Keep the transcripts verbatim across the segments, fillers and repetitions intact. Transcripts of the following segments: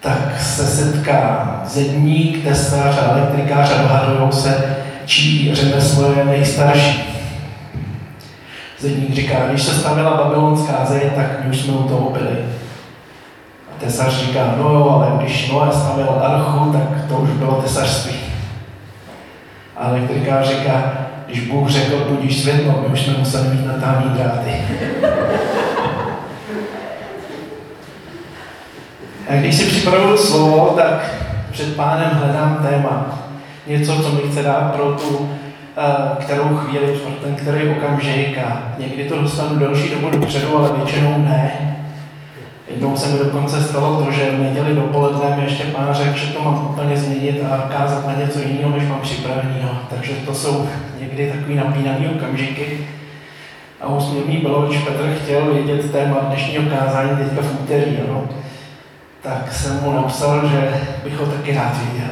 tak se setká zedník, tesař a elektrikář a dohadujou se, čí řemeslo je nejstarší. Zedník říká, když se stavila babylonská zeď, tak my už jsme u toho byli. A tesař říká, no jo, ale když Noé stavil archu, tak to už bylo tesařství. A elektrikář říká, když Bůh řekl, budíš světlo, my už jsme museli mít natáhný dráty. A když si připravuju slovo, tak před Pánem hledám téma. Něco, co mi chce dát pro tu, uh, kterou chvíli, pro ten který okamžik. A někdy to dostanu delší dobu dopředu, ale většinou ne. Jednou se mi dokonce stalo to, že v neděli dopoledne mi ještě Pán řekl, že to mám úplně změnit a kázat na něco jiného, než mám připraveného. Takže to jsou někdy takový napínaný okamžiky. A úsměvný bylo, když Petr chtěl vědět téma dnešního kázání teďka v úterý, no. Tak jsem mu napsal, že bych ho taky rád viděl.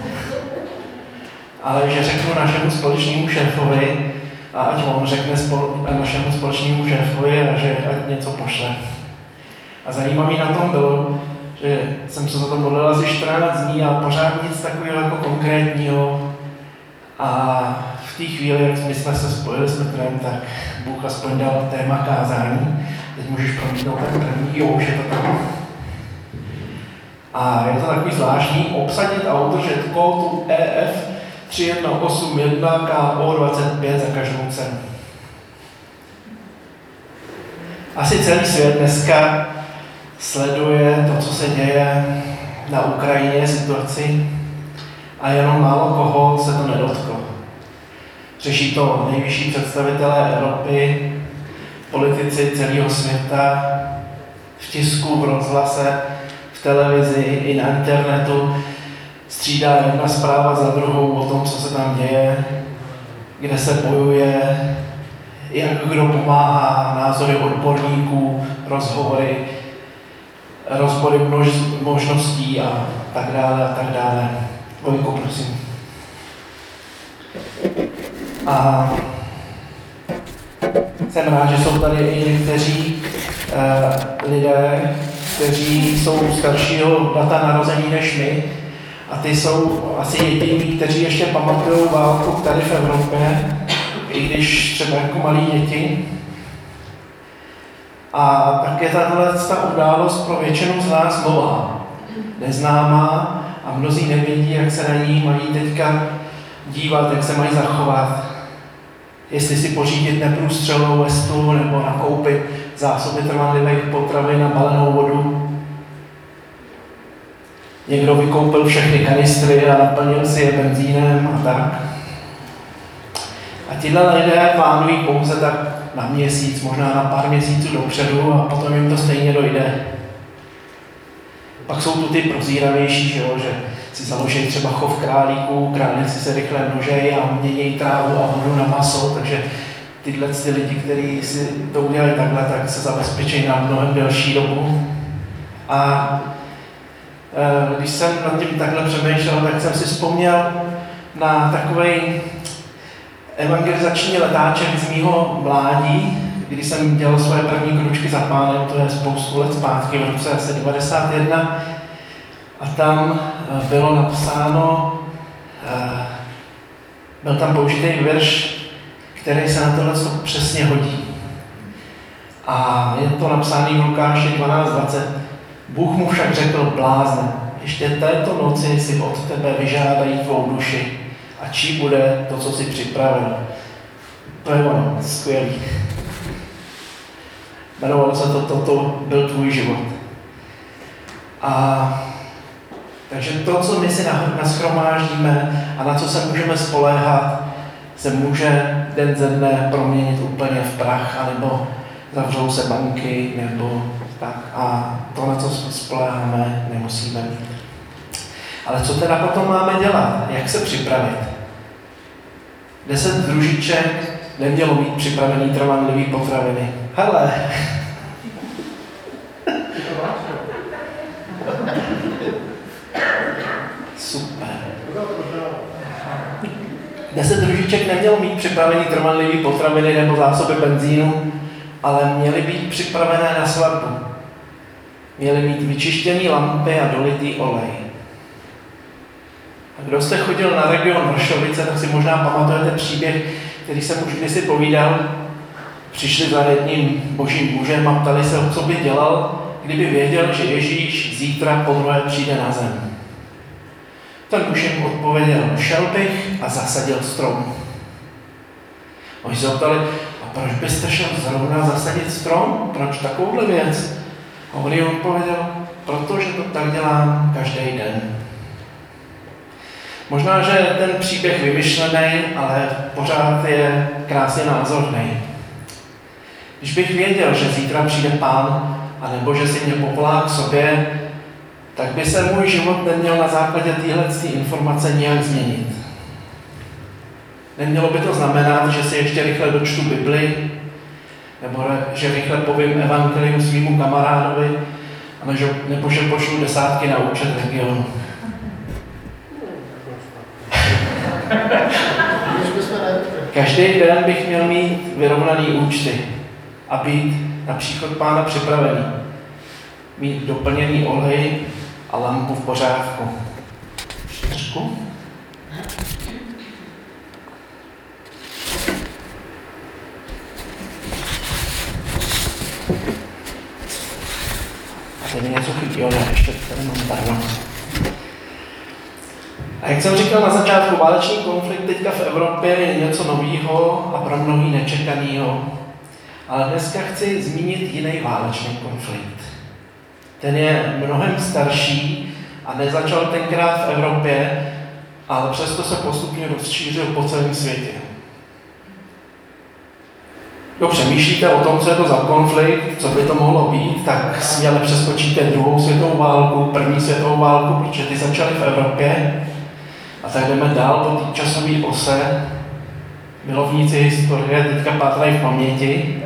Ale že řeknu našemu společnému šéfovi, a ať on řekne spol- našemu společnému šéfovi a že ať něco pošle. A zajímavý na tom bylo, že jsem se za to modlil asi čtrnáct dní a pořád nic takového jako konkrétního. A v té chvíli, jak my jsme se spojili s Petrem, tak Bůh aspoň dal téma kázání. Teď můžeš promítnout ten první, jo, už je to tam. A je to takový zvláštní, obsadit auto, že kódu E F tři jedna osm jedna K O dvacet pět za každou cenu. Asi celý svět dneska sleduje to, co se děje na Ukrajině, situaci, a jenom málo koho se to nedotklo. Řeší to nejvyšší představitelé Evropy, politici celého světa, v tisku, v rozhlase, v televizi i na internetu. Střídá jedna zpráva za druhou o tom, co se tam děje, kde se bojuje, jak kdo pomáhá, názory odborníků, rozhovory, rozbory množ, možností a tak dále a tak dále. Vojko, prosím. A jsem rád, že jsou tady i někteří uh, lidé, kteří jsou staršího data narození než my, a ty jsou asi jediní, kteří ještě pamatují válku tady v Evropě, i když třeba jako malí děti. A tak je tato událost pro většinu z nás nová, neznámá, a mnozí nevědí, jak se na ní mají teďka dívat, jak se mají zachovat. Jestli si pořídit neprůstřelnou vestu nebo nakoupit zásoby trvanlivých potravin na balenou vodu. Někdo vykoupil všechny kanistry a naplnil si je benzínem a tak. A tihle lidé plánují pouze tak na měsíc, možná na pár měsíců dopředu, a potom jim to stejně dojde. Pak jsou tu ty prozíravější, že, jo, že si založí třeba chov králíků, králíci se rychle množejí a mění trávu a vodu na maso, takže tyhle ty lidi, kteří si to udělají takhle, tak se zabezpečí na mnohem delší dobu. A e, když jsem nad tím takhle přemýšlel, tak jsem si vzpomněl na takovej evangelizační letáček z mýho mládí, když jsem dělal svoje první kručky za Pánem, to je spoustu let zpátky, v roce asi devadesát jedna, a tam bylo napsáno, byl tam použitý verš, který se na tohle přesně hodí. A je to napsaný v Lukáši dvanáct dvacet. Bůh mu však řekl: blázne, ještě této noci si od tebe vyžádají tvou duši, a čí bude to, co si připravil. To je ono, skvělý. Jmenovalo se to, toto byl tvůj život. A takže to, co my si nashromáždíme a na co se můžeme spoléhat, se může den ze dne proměnit úplně v prach, anebo zavřou se banky, nebo tak. A to, na co spoléháme, nemusíme mít. Ale co teda potom máme dělat? Jak se připravit? Deset družiček nemělo mít připravený trvanlivý potraviny. Hele! Super. Deset družiček nemělo mít připravený trvanlivý potraviny nebo zásoby benzínu, ale měly být připravené na svatbu. Měli mít vyčištěný lampy a dolitý olej. A kdo jste chodil na region Vršovice, tak si možná pamatujete příběh, který jsem už kdysi povídal. Přišli za jedním božím mužem a ptali se, co by dělal, kdyby věděl, že Ježíš zítra podruhé přijde na zem. Ten muž jim odpověděl, šel bych a zasadil strom. Oni se ptali, a proč byste šel zrovna zasadit strom? Proč takovouhle věc? A on jim odpověděl, protože to tak dělám každý den. Možná, že ten příběh vymyšlený, ale pořád je krásně názorný. Když bych věděl, že zítra přijde Pán, anebo že si mě povolá k sobě, tak by se můj život neměl na základě téhleté informace nějak změnit. Nemělo by to znamenat, že si ještě rychle dočtu Bibli, nebo že rychle povím evangelium svýmu kamarádovi, nebo že pošlu desátky na účet regionu. Každý den bych měl mít vyrovnaný účty a být na příchod Pána připravený. Mít doplněný olej a lampu v pořádku. Čtyřku. A tady něco chybí, ale ještě tady mám pardon. A jak jsem říkal na začátku, válečný konflikt teďka v Evropě je něco novýho a pro mnohý nečekanýho. Ale dneska chci zmínit jiný válečný konflikt. Ten je mnohem starší a nezačal tenkrát v Evropě, ale přesto se postupně rozšířil po celém světě. Jo, přemýšlíte o tom, co je to za konflikt, co by to mohlo být, tak směle přeskočíte druhou světovou válku, první světovou válku, protože ty začaly v Evropě. A tak jdeme dál po té časové ose. Milovníci historie teďka pátrají v paměti,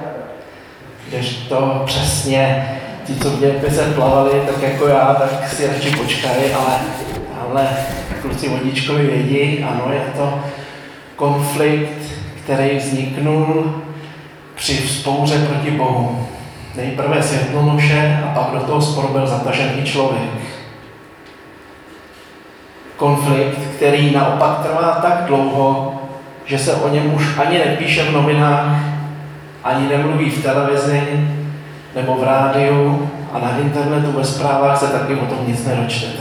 kdežto přesně ti, co v dějepise plavali, tak jako já, tak si radši počkají, ale, ale kluci vodičkovi vědí, ano, je to konflikt, který vzniknul při vzpouře proti Bohu. Nejprve světlonoše a pak do toho sporu byl zatažený člověk. Konflikt, který naopak trvá tak dlouho, že se o něm už ani nepíše v novinách, ani nemluví v televizi nebo v rádiu a na internetu ve zprávách se taky o tom nic nedočtete.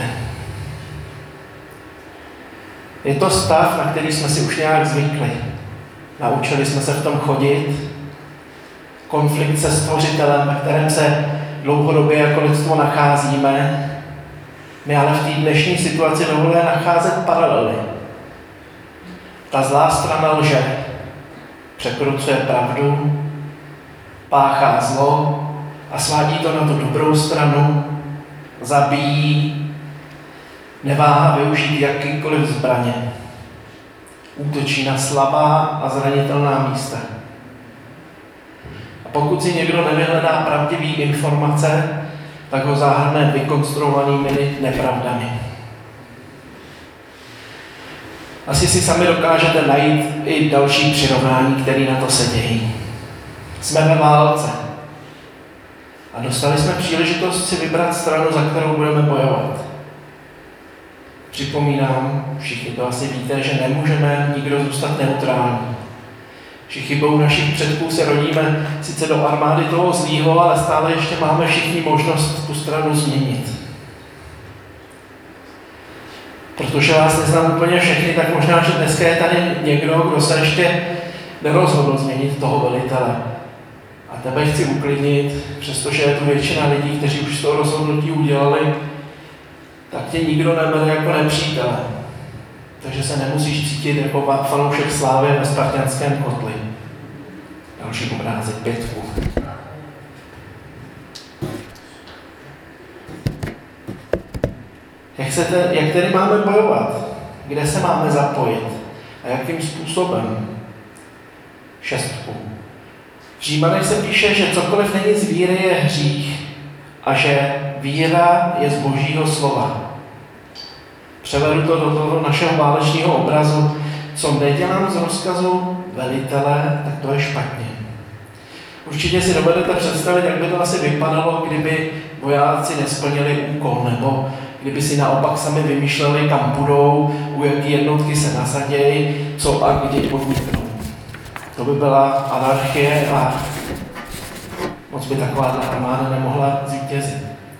Je to stav, na který jsme si už nějak zvykli. Naučili jsme se v tom chodit. Konflikt se Stvořitelem, ve kterém se dlouhodobě jako lidstvo nacházíme. My ale v té dnešní situaci dovolíme nacházet paralely. Ta zlá strana lže, překrucuje pravdu, páchá zlo a svádí to na tu dobrou stranu, zabíjí, neváhá využít jakýkoliv zbraně. Útočí na slabá a zranitelná místa. A pokud si někdo nevyhledá pravdivý informace, tak ho zahrne vykonstruovanými nepravdami. Asi si sami dokážete najít i další přirovnání, které na to se dějí. Jsme ve válce a dostali jsme příležitost si vybrat stranu, za kterou budeme bojovat. Připomínám, všichni to asi víte, že nemůžeme nikdo zůstat neutrální. Že chybou našich předků se rodíme sice do armády toho zlýho, ale stále ještě máme všichni možnost tu stranu změnit. Protože vás neznám úplně všechny, tak možná, že dneska je tady někdo, kdo se ještě nerozhodl změnit toho velitele. A tebe chci uklidnit, přestože je tu většina lidí, kteří už z toho rozhodnutí udělali, tak tě nikdo nebere jako nepřítele. Takže se nemusíš cítit jako fanoušek slávy ve spartanském kotli. Další obrázek, pětku. Jak, se te, jak tedy máme bojovat? Kde se máme zapojit? A jakým způsobem? Šestku. V Římanech se píše, že cokoliv není z víry, je hřích a že víra je z Božího slova. Převedu to do toho našeho válečného obrazu. Co nedělám z rozkazu velitele, tak to je špatně. Určitě si dovedete představit, jak by to asi vypadalo, kdyby vojáci nesplnili úkol, nebo kdyby si naopak sami vymýšleli, kam půjdou, u jaký jednotky se nasadějí, co a kdy podniknou. To by byla anarchie a moc by taková armáda nemohla zvítězit.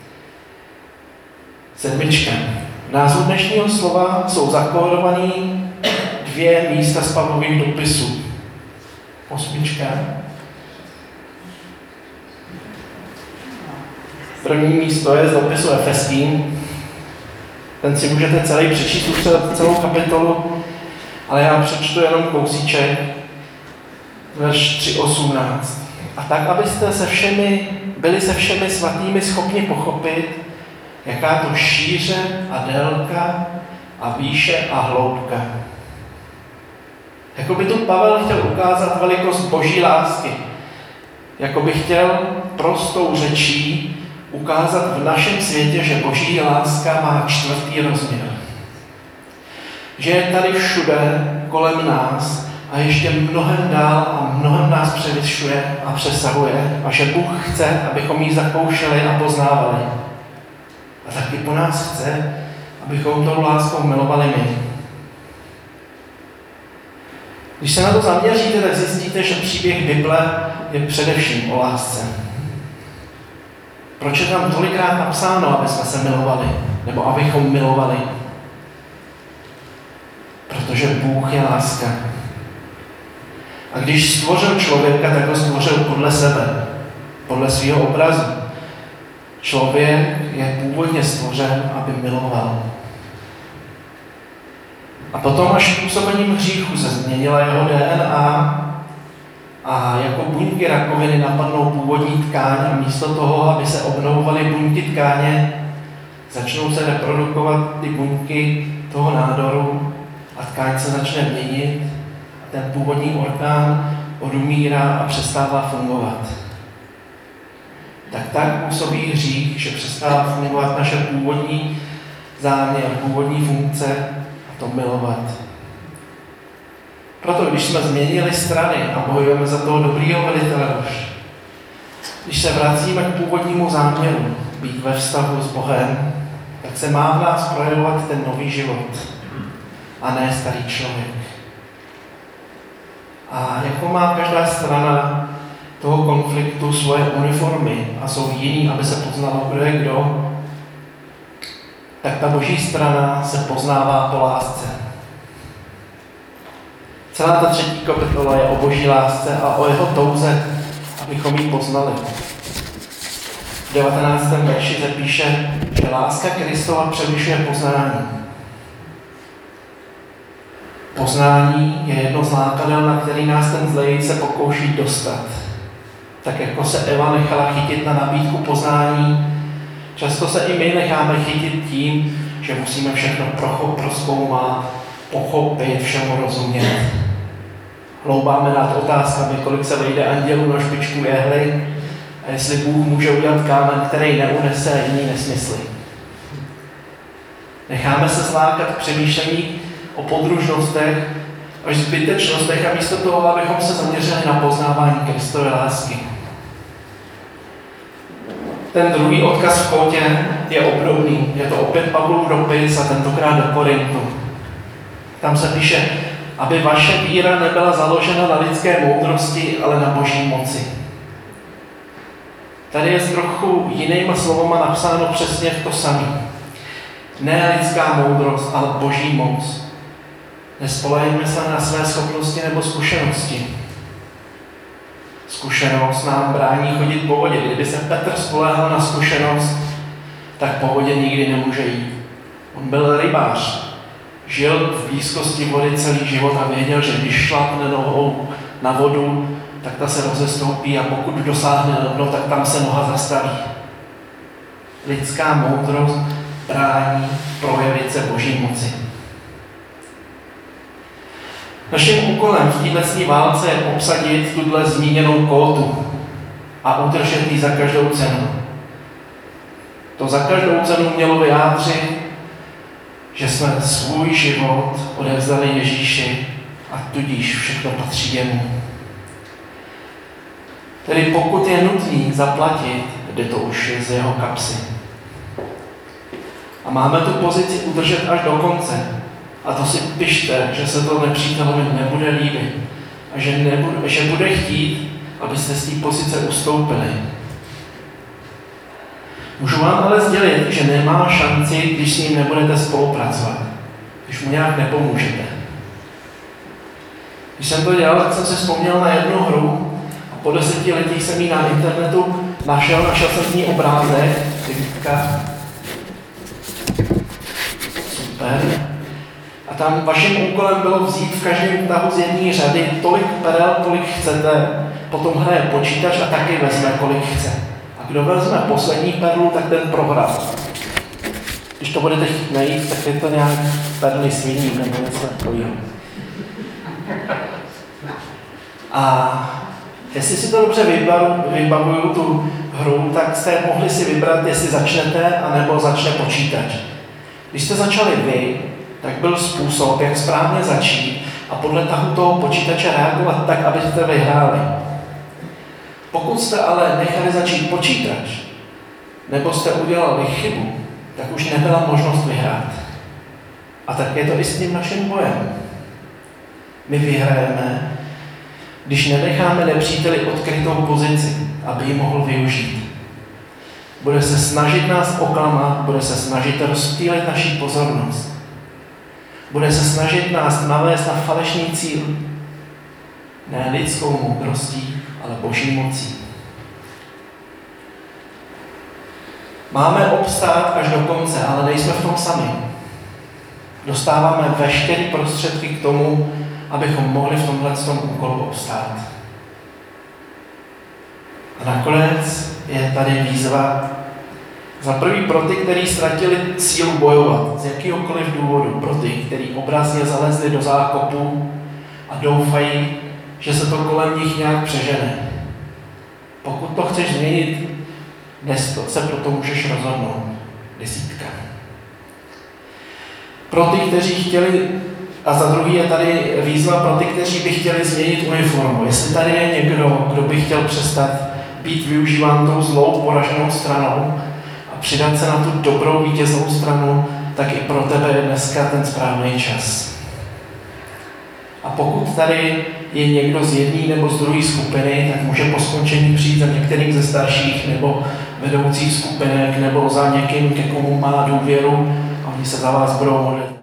Sedmička. V názvu dnešního slova jsou zakódované dvě místa z Pavlových dopisů. Osmička. První místo je z dopisu Efeským. Ten si můžete celý přečíst, celou kapitolu, ale já přečtu jenom kousíček, verš tři osmnáct. A tak, abyste se všemi, byli se všemi svatými schopni pochopit, jaká to šíře a délka a výše a hloubka. Jako by tu Pavel chtěl ukázat velikost boží lásky. Jako by chtěl prostou řečí ukázat v našem světě, že boží láska má čtvrtý rozměr. Že je tady všude kolem nás a ještě mnohem dál a mnohem nás převyšuje a přesahuje a že Bůh chce, abychom ji zakoušeli a poznávali. A taky po nás chce, abychom tou láskou milovali my. Když se na to zaměříte, tak zjistíte, že příběh Bible je především o lásce. Proč je tam tolikrát napsáno, aby jsme se milovali, nebo abychom milovali? Protože Bůh je láska. A když stvořil člověka, tak ho stvořil podle sebe, podle svého obrazu. Člověk je původně stvořen, aby miloval. A potom až působením hříchu se změnila jeho D N A a jako buňky rakoviny napadnou původní tkáň a místo toho, aby se obnovovaly buňky tkáně, začnou se reprodukovat ty buňky toho nádoru a tkáň se začne měnit a ten původní orgán odumírá a přestává fungovat. Tak tak působí hřích, že přestává fungovat naše původní záměr, původní funkce a to milovat. Proto, když jsme změnili strany a bojujeme za toho dobrýho velitele už, když se vracíme k původnímu záměru, být ve vztahu s Bohem, tak se má v nás projevovat ten nový život a ne starý člověk. A jako má každá strana toho konfliktu svoje uniformy a jsou jiný, aby se poznalo, kdo je kdo, tak ta boží strana se poznává po lásce. Celá ta třetí kapitola je o boží lásce a o jeho touze, abychom ji poznali. V devatenáctém verši se píše, že láska Kristova převyšuje poznání. Poznání je jedno z lákadel, na který nás ten zlej se pokouší dostat. Tak jako se Eva nechala chytit na nabídku poznání, často se i my necháme chytit tím, že musíme všechno prozkoumat, pochopit, všemu rozumět. Hloubáme nad otázkami, kolik se vejde andělů na špičku jehly a jestli Bůh může udělat kámen, který neunese jiný nesmysly. Necháme se zlákat k přemýšlení o podružnostech až zbytečnostech a místo toho, abychom se zaměřili na poznávání Kristovy lásky. Ten druhý odkaz v Kótě je obdobný. Je to opět Pavlův dopis a tentokrát do Korintu. Tam se píše, aby vaše víra nebyla založena na lidské moudrosti, ale na boží moci. Tady je s trochu jinýma slovama napsáno přesně to samé. Ne lidská moudrost, ale boží moc. Nespolehejme se na své schopnosti nebo zkušenosti. Zkušenost nám brání chodit po vodě. Kdyby se Petr spoléhal na zkušenost, tak po vodě nikdy nemůže jít. On byl rybář. Žil v blízkosti vody celý život a věděl, že když šlapne nohou na vodu, tak ta se rozestoupí a pokud dosáhne na dno, tak tam se noha zastaví. Lidská moudrost brání projevit se boží moci. Naším úkolem v této válce je obsadit tuhle zmíněnou Kótu a udržet ji za každou cenu. To za každou cenu mělo vyjádřit, že jsme svůj život odevzdali Ježíši a tudíž všechno patří jemu. Tedy pokud je nutný zaplatit jde to už z jeho kapsy. A máme tu pozici udržet až do konce. A to si pište, že se to nepřítelovi nebude líbit. A že, nebude, že bude chtít, abyste z té pozice ustoupili. Můžu vám ale sdělit, že nemá šanci, když s ním nebudete spolupracovat. Když mu nějak nepomůžete. Když jsem to dělal, tak jsem si vzpomněl na jednu hru a po deseti letech jsem ji na internetu našel, našel jsem z ní obrázek. Typka. Super. A tam vaším úkolem bylo vzít v každém tahu z jedné řady tolik perel, kolik chcete. Potom hraje počítač a taky vezme, kolik chce. A kdo vezme poslední perlu, tak ten prohrál. Když to budete chtít najít, tak je to nějak perly sviní nebo něco takového. A jestli si to dobře vybavuju, tu hru, tak jste mohli si vybrat, jestli začnete, anebo začne počítač. Když jste začali vy, tak byl způsob, jak správně začít a podle tahu toho počítače reagovat tak, abyste vyhráli. Pokud jste ale nechali začít počítač, nebo jste udělali chybu, tak už nebyla možnost vyhrát. A tak je to i s tím naším bojem. My vyhrajeme, když nenecháme nepříteli odkrytou pozici, aby ji mohl využít. Bude se snažit nás oklamat, bude se snažit rozptýlit naši pozornost. Bude se snažit nás navést na falešný cíl. Ne lidskou moudrostí, ale boží mocí. Máme obstát až do konce, ale nejsme v tom sami. Dostáváme veškeré prostředky k tomu, abychom mohli v tomhle tom úkolu obstát. A nakonec je tady výzva za prvý pro ty, kteří ztratili sílu bojovat z jakýhokoliv důvodu, pro ty, kteří obrazně zalezli do zákopu a doufají, že se to kolem nich nějak přežene. Pokud to chceš změnit, dnes to, se proto můžeš rozhodnout. Desítka. Pro ty, kteří chtěli, a za druhý je tady výzva pro ty, kteří by chtěli změnit uniformu. Jestli tady je někdo, kdo by chtěl přestat být využíván tou zlou poraženou stranou a přidat se na tu dobrou vítěznou stranu, tak i pro tebe je dneska ten správný čas. A pokud tady je někdo z jedné nebo z druhé skupiny, tak může po skončení přijít za některým ze starších nebo vedoucích skupinek nebo za někým, ke komu má důvěru a oni se za vás budou modlit.